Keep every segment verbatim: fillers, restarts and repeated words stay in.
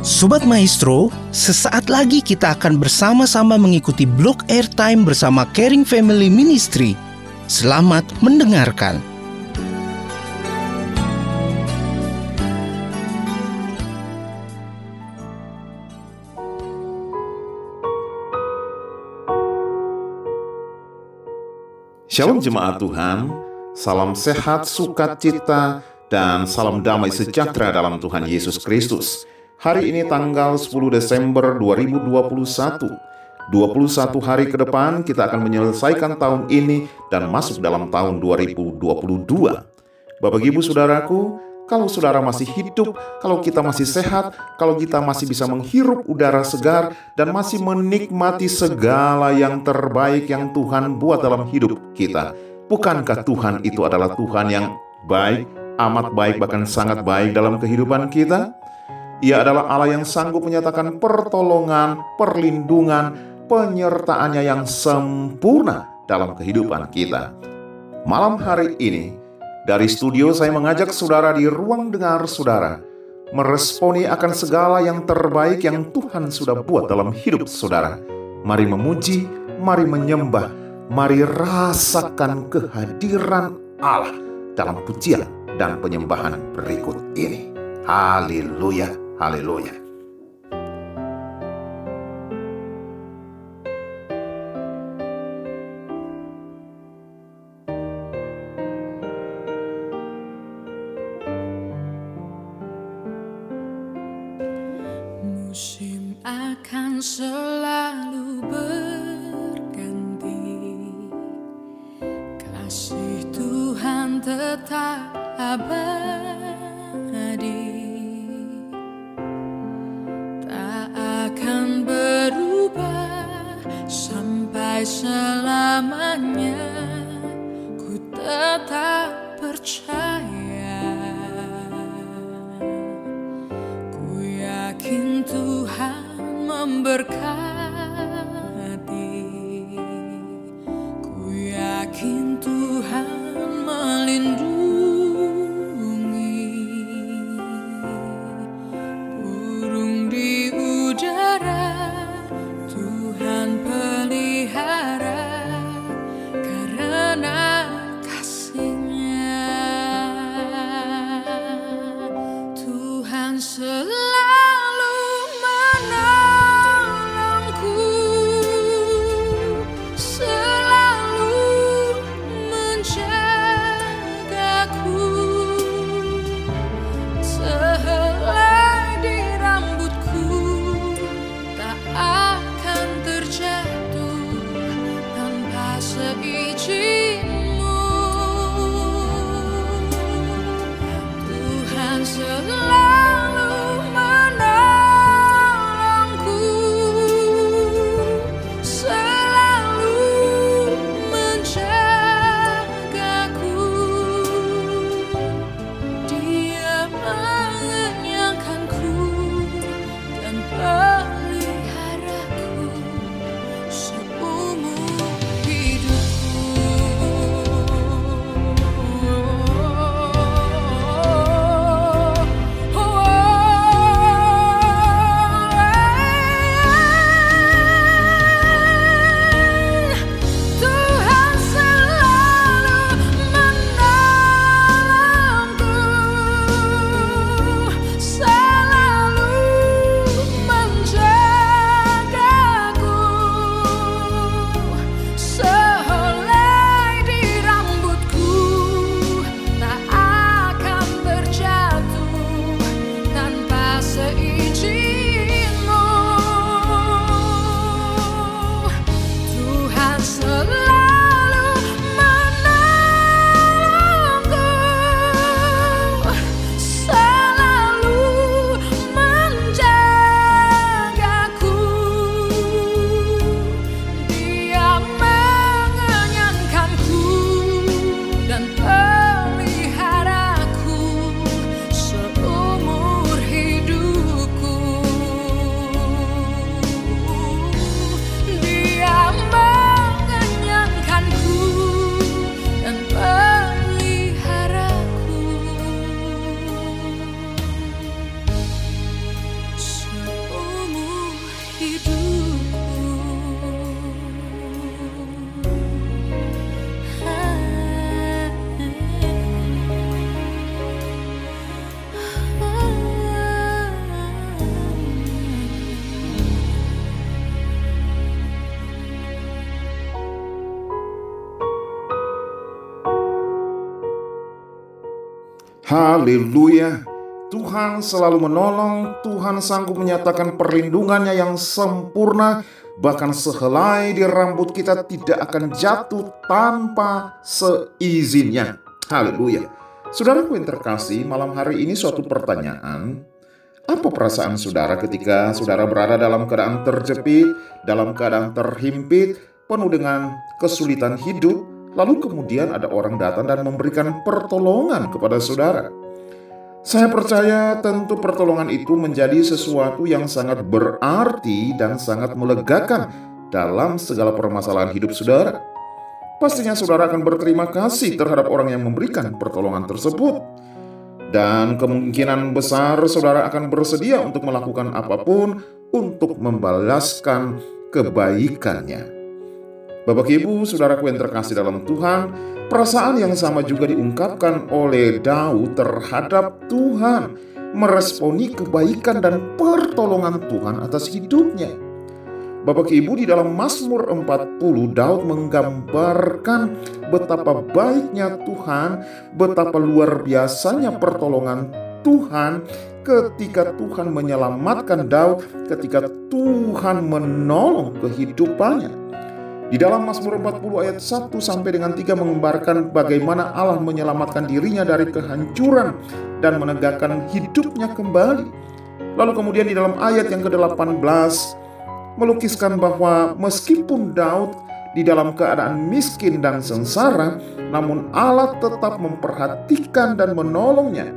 Sobat Maestro, sesaat lagi kita akan bersama-sama mengikuti blog Airtime bersama Caring Family Ministry. Selamat mendengarkan. Shalom jemaat Tuhan, salam sehat, sukacita, dan salam damai sejahtera dalam Tuhan Yesus Kristus. Hari ini tanggal sepuluh Desember dua ribu dua puluh satu. dua puluh satu hari ke depan kita akan menyelesaikan tahun ini dan masuk dalam tahun dua ribu dua puluh dua. Bapak Ibu Saudaraku, kalau saudara masih hidup, kalau kita masih sehat, kalau kita masih bisa menghirup udara segar dan masih menikmati segala yang terbaik yang Tuhan buat dalam hidup kita, bukankah Tuhan itu adalah Tuhan yang baik, amat baik, bahkan sangat baik dalam kehidupan kita? Ia adalah Allah yang sanggup menyatakan pertolongan, perlindungan, penyertaannya yang sempurna dalam kehidupan kita. Malam hari ini, dari studio saya mengajak saudara di ruang dengar saudara meresponi akan segala yang terbaik yang Tuhan sudah buat dalam hidup saudara. Mari memuji, mari menyembah, mari rasakan kehadiran Allah dalam pujian dan penyembahan berikut ini. Haleluya, haleluya. Musim akan selalu berganti, kasih Tuhan tetap abadi, tak akan berubah sampai selamanya. Ku tetap percaya, ku yakin Tuhan memberkati, ku yakin Tuhan melindungi. Burung di udara Tuhan pelihara karena kasih-Nya. Tuhan selalu menolong, Haleluya. Tuhan selalu menolong, Tuhan sanggup menyatakan perlindungannya yang sempurna. Bahkan sehelai di rambut kita tidak akan jatuh tanpa seizinnya. Haleluya. Saudaraku yang terkasih, malam hari ini suatu pertanyaan. Apa perasaan saudara ketika saudara berada dalam keadaan terjepit, dalam keadaan terhimpit, penuh dengan kesulitan hidup, lalu kemudian ada orang datang dan memberikan pertolongan kepada saudara? Saya percaya tentu pertolongan itu menjadi sesuatu yang sangat berarti dan sangat melegakan dalam segala permasalahan hidup saudara. Pastinya saudara akan berterima kasih terhadap orang yang memberikan pertolongan tersebut. Dan kemungkinan besar saudara akan bersedia untuk melakukan apapun untuk membalaskan kebaikannya. Bapak Ibu, saudaraku yang terkasih dalam Tuhan, perasaan yang sama juga diungkapkan oleh Daud terhadap Tuhan, meresponi kebaikan dan pertolongan Tuhan atas hidupnya. Bapak Ibu, di dalam Mazmur empat puluh, Daud menggambarkan betapa baiknya Tuhan, betapa luar biasanya pertolongan Tuhan ketika Tuhan menyelamatkan Daud, ketika Tuhan menolong kehidupannya. Di dalam Mazmur empat puluh ayat satu sampai dengan tiga menggambarkan bagaimana Allah menyelamatkan dirinya dari kehancuran dan menegakkan hidupnya kembali. Lalu kemudian di dalam ayat yang ke delapan belas melukiskan bahwa meskipun Daud di dalam keadaan miskin dan sengsara, namun Allah tetap memperhatikan dan menolongnya.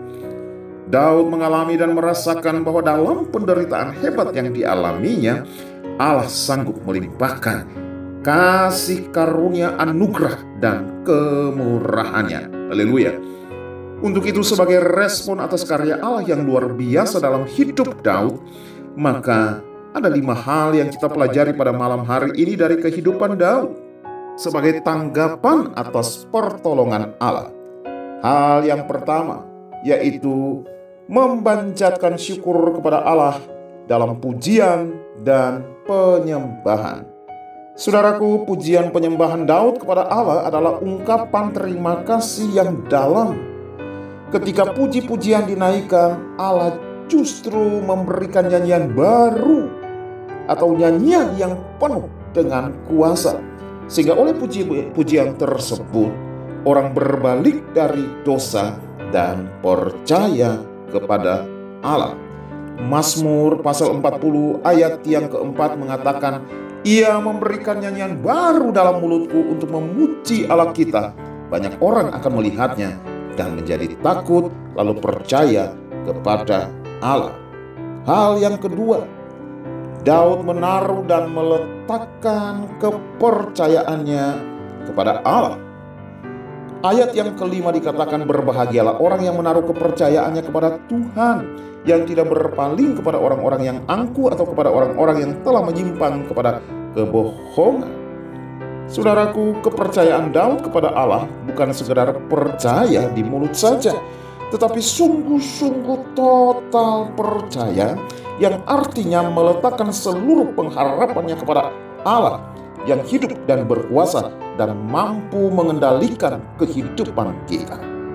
Daud mengalami dan merasakan bahwa dalam penderitaan hebat yang dialaminya, Allah sanggup melimpahkan kasih karunia, anugerah, dan kemurahannya. Haleluya. Untuk itu sebagai respon atas karya Allah yang luar biasa dalam hidup Daud, maka ada lima hal yang kita pelajari pada malam hari ini dari kehidupan Daud sebagai tanggapan atas pertolongan Allah. Hal yang pertama yaitu memanjatkan syukur kepada Allah dalam pujian dan penyembahan. Saudaraku, pujian penyembahan Daud kepada Allah adalah ungkapan terima kasih yang dalam. Ketika puji-pujian dinaikkan, Allah justru memberikan nyanyian baru atau nyanyian yang penuh dengan kuasa. Sehingga oleh puji-pujian tersebut, orang berbalik dari dosa dan percaya kepada Allah. Mazmur pasal empat puluh ayat yang keempat mengatakan, Ia memberikan nyanyian baru dalam mulutku untuk memuji Allah kita. Banyak orang akan melihatnya dan menjadi takut lalu percaya kepada Allah. Hal yang kedua, Daud menaruh dan meletakkan kepercayaannya kepada Allah. Ayat yang kelima dikatakan, berbahagialah orang yang menaruh kepercayaannya kepada Tuhan, yang tidak berpaling kepada orang-orang yang angkuh atau kepada orang-orang yang telah menyimpang kepada kebohongan. Saudaraku, kepercayaan Daud kepada Allah bukan sekedar percaya di mulut saja, tetapi sungguh-sungguh total percaya, yang artinya meletakkan seluruh pengharapannya kepada Allah yang hidup dan berkuasa dan mampu mengendalikan kehidupan kita.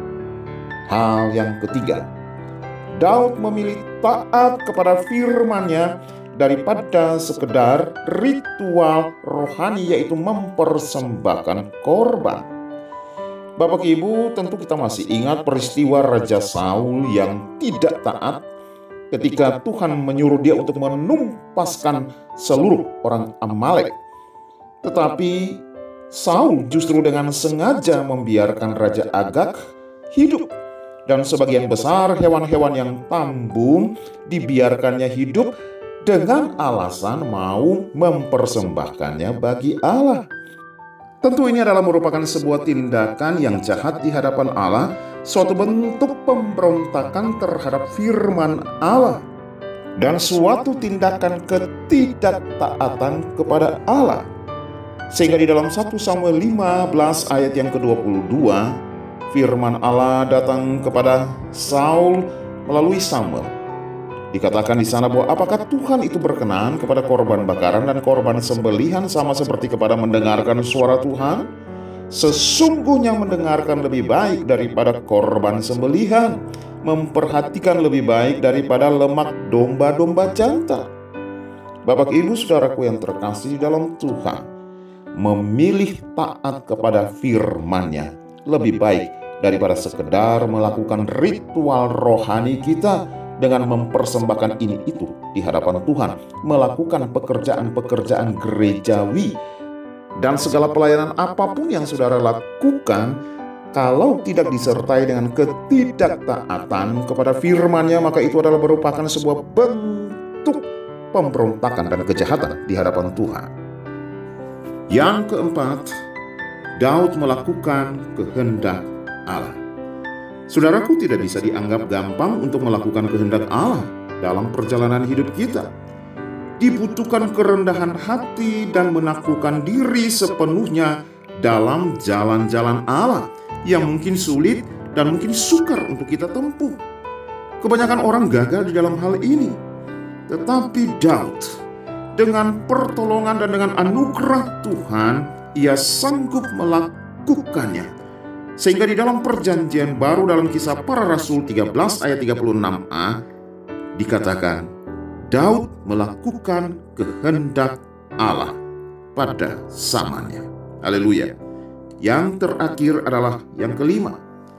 Hal yang ketiga, Daud memilih taat kepada firman-Nya daripada sekedar ritual rohani, yaitu mempersembahkan korban. Bapak Ibu, tentu kita masih ingat peristiwa Raja Saul yang tidak taat ketika Tuhan menyuruh dia untuk menumpaskan seluruh orang Amalek. Tetapi Saul justru dengan sengaja membiarkan Raja Agag hidup. Dan sebagian besar hewan-hewan yang tambun dibiarkannya hidup dengan alasan mau mempersembahkannya bagi Allah. Tentu ini adalah merupakan sebuah tindakan yang jahat di hadapan Allah, suatu bentuk pemberontakan terhadap firman Allah, dan suatu tindakan ketidaktaatan kepada Allah. Sehingga di dalam satu Samuel lima belas ayat yang ke dua puluh dua, firman Allah datang kepada Saul melalui Samuel. Dikatakan di sana bahwa apakah Tuhan itu berkenan kepada korban bakaran dan korban sembelihan sama seperti kepada mendengarkan suara Tuhan? Sesungguhnya mendengarkan lebih baik daripada korban sembelihan, memperhatikan lebih baik daripada lemak domba-domba jantan. Bapak Ibu Saudaraku yang terkasih dalam Tuhan, memilih taat kepada firman-Nya lebih baik daripada sekedar melakukan ritual rohani kita dengan mempersembahkan ini itu di hadapan Tuhan, melakukan pekerjaan-pekerjaan gerejawi dan segala pelayanan apapun yang saudara lakukan, kalau tidak disertai dengan ketidaktaatan kepada firman-Nya, maka itu adalah merupakan sebuah bentuk pemberontakan dan kejahatan di hadapan Tuhan. Yang keempat, Daud melakukan kehendak Allah. Saudaraku, tidak bisa dianggap gampang untuk melakukan kehendak Allah dalam perjalanan hidup kita. Dibutuhkan kerendahan hati dan menaklukkan diri sepenuhnya dalam jalan-jalan Allah yang mungkin sulit dan mungkin sukar untuk kita tempuh. Kebanyakan orang gagal di dalam hal ini. Tetapi Daud, dengan pertolongan dan dengan anugerah Tuhan, ia sanggup melakukannya. Sehingga di dalam perjanjian baru dalam Kisah Para Rasul tiga belas ayat tiga puluh enam a dikatakan, Daud melakukan kehendak Allah pada zamannya. Haleluya. Yang terakhir adalah yang kelima.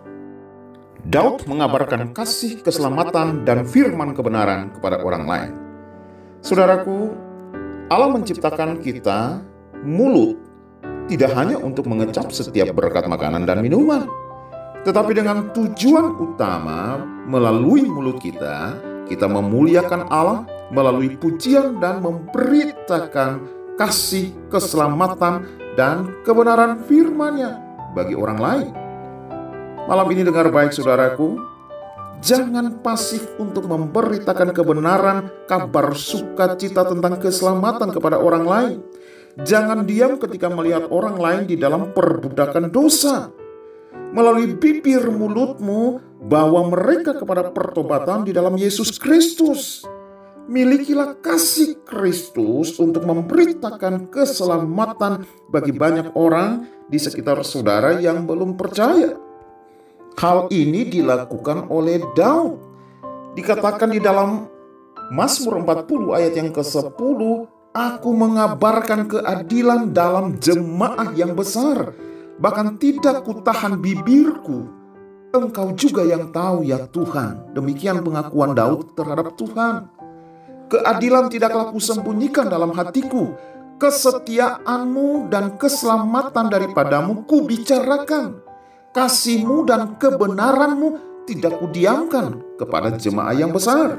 Daud mengabarkan kasih, keselamatan, dan firman kebenaran kepada orang lain. Saudaraku, Allah menciptakan kita mulut tidak hanya untuk mengecap setiap berkat makanan dan minuman, tetapi dengan tujuan utama melalui mulut kita, kita memuliakan Allah melalui pujian dan memberitakan kasih, keselamatan, dan kebenaran firman-Nya bagi orang lain. Malam ini dengar baik saudaraku, jangan pasif untuk memberitakan kebenaran, kabar sukacita tentang keselamatan kepada orang lain. Jangan diam ketika melihat orang lain di dalam perbudakan dosa. Melalui bibir mulutmu, bawa mereka kepada pertobatan di dalam Yesus Kristus. Milikilah kasih Kristus untuk memberitakan keselamatan bagi banyak orang di sekitar saudara yang belum percaya. Hal ini dilakukan oleh Daud. Dikatakan di dalam Mazmur empat puluh ayat yang kesepuluh, Aku mengabarkan keadilan dalam jemaah yang besar, bahkan tidak kutahan bibirku. Engkau juga yang tahu ya Tuhan. Demikian pengakuan Daud terhadap Tuhan. Keadilan tidaklah kusembunyikan dalam hatiku. Kesetiaanmu dan keselamatan daripadamu kubicarakan. Kasihmu dan kebenaranmu tidak kudiamkan kepada jemaah yang besar.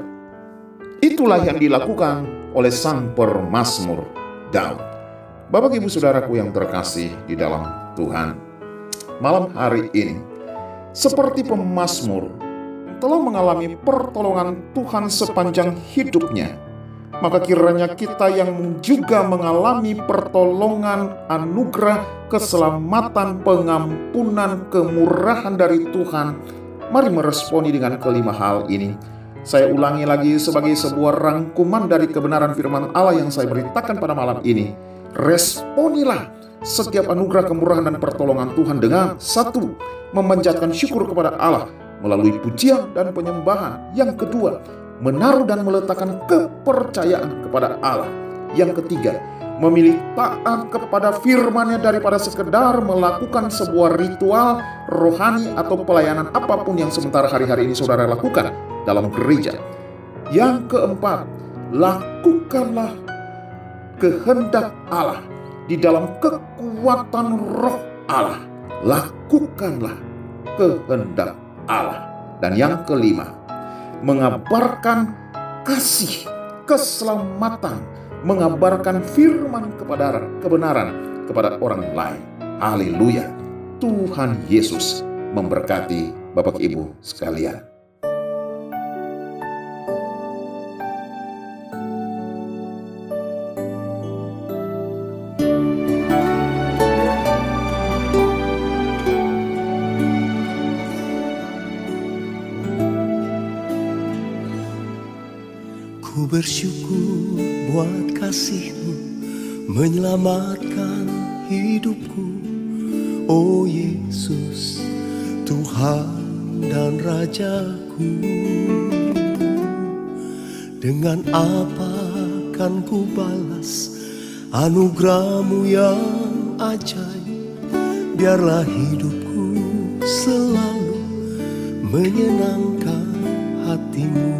Itulah yang dilakukan oleh sang pemazmur Daud. Bapak Ibu Saudaraku yang terkasih di dalam Tuhan, malam hari ini seperti pemazmur telah mengalami pertolongan Tuhan sepanjang hidupnya, maka kiranya kita yang juga mengalami pertolongan, anugerah, keselamatan, pengampunan, kemurahan dari Tuhan, mari meresponi dengan kelima hal ini. Saya ulangi lagi sebagai sebuah rangkuman dari kebenaran firman Allah yang saya beritakan pada malam ini. Responilah setiap anugerah, kemurahan, dan pertolongan Tuhan dengan satu, memanjatkan syukur kepada Allah melalui pujian dan penyembahan. Yang kedua, menaruh dan meletakkan kepercayaan kepada Allah. Yang ketiga, memilih taat kepada firman-Nya daripada sekedar melakukan sebuah ritual rohani atau pelayanan apapun yang sementara hari-hari ini saudara lakukan dalam gereja. Yang keempat, lakukanlah kehendak Allah di dalam kekuatan roh Allah. Lakukanlah kehendak Allah. Dan yang kelima, mengabarkan kasih, keselamatan, mengabarkan firman kepada kebenaran kepada orang lain. Haleluya. Tuhan Yesus memberkati Bapak Ibu sekalian. Ku bersyukur buat kasih-Mu menyelamatkan hidupku. Oh Yesus, Tuhan dan Rajaku. Dengan apa kan ku balas anugerah-Mu yang ajaib? Biarlah hidupku selalu menyenangkan hati-Mu.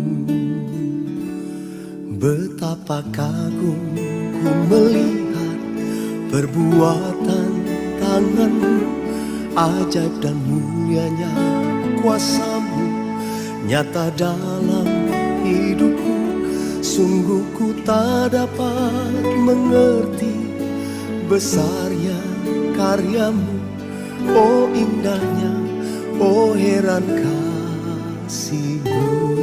Betapa kagum ku melihat perbuatan tangan-Mu, ajaib dan mulianya kuasa-Mu nyata dalam hidupku. Sungguh ku tak dapat mengerti besarnya karya-Mu. Oh indahnya, oh heran kasih-Mu.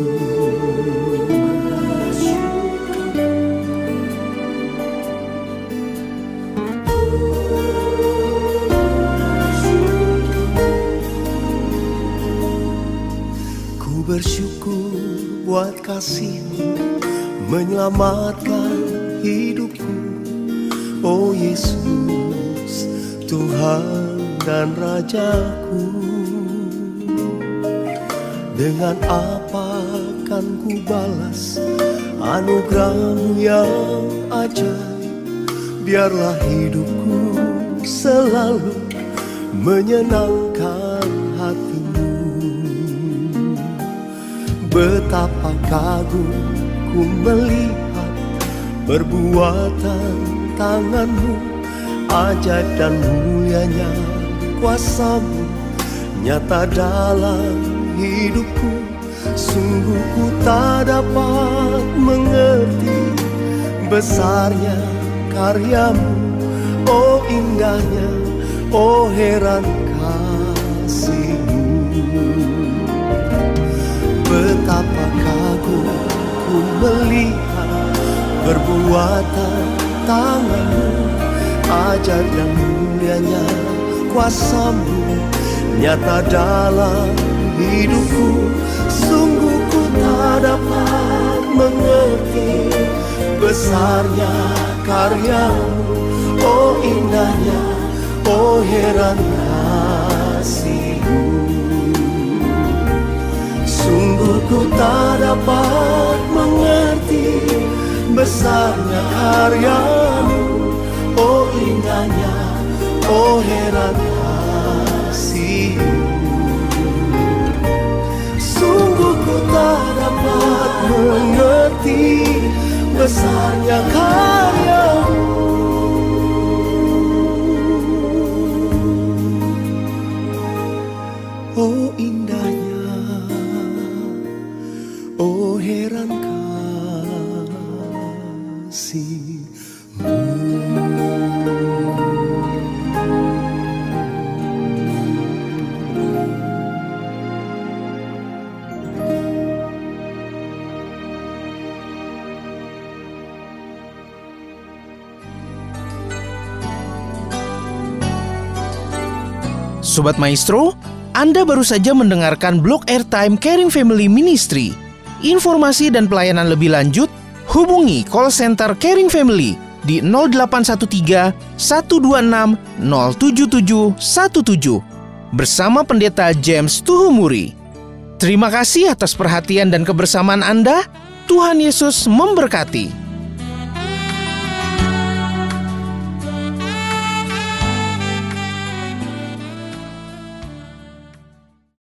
Ku bersyukur buat kasih-Mu menyelamatkan hidupku. Oh Yesus, Tuhan dan Rajaku. Dengan apa kan ku balas anugerah-Mu yang ajaib? Biarlah hidupku selalu menyenangkan hati-Mu. Betapa kagum ku melihat perbuatan tangan-Mu, ajaib dan mulianya kuasa-Mu nyata dalam hidupku. Sungguh ku tak dapat mengerti besarnya karya-Mu. Oh indahnya, oh heran kasih-Mu. Betapa kagum ku melihat perbuatan tangan-Mu, ajaib dan mulianya kuasa-Mu nyata dalam hidupku. Sungguh ku tak dapat mengerti besarnya karya-Mu. Oh indahnya, oh heran kasih-Mu. Sungguh ku tak dapat mengerti besarnya karya-Mu. Oh indahnya, oh heran kasih-Mu. Sungguh ku tak dapat mengerti besarnya karya-Mu. Oh indahnya, oh heran kasih-Mu. Sobat Maestro, Anda baru saja mendengarkan Blog Airtime Caring Family Ministry. Informasi dan pelayanan lebih lanjut, hubungi call center Caring Family di nol delapan satu tiga, satu dua enam, nol tujuh tujuh satu tujuh bersama Pendeta James Tuhumuri. Terima kasih atas perhatian dan kebersamaan Anda. Tuhan Yesus memberkati.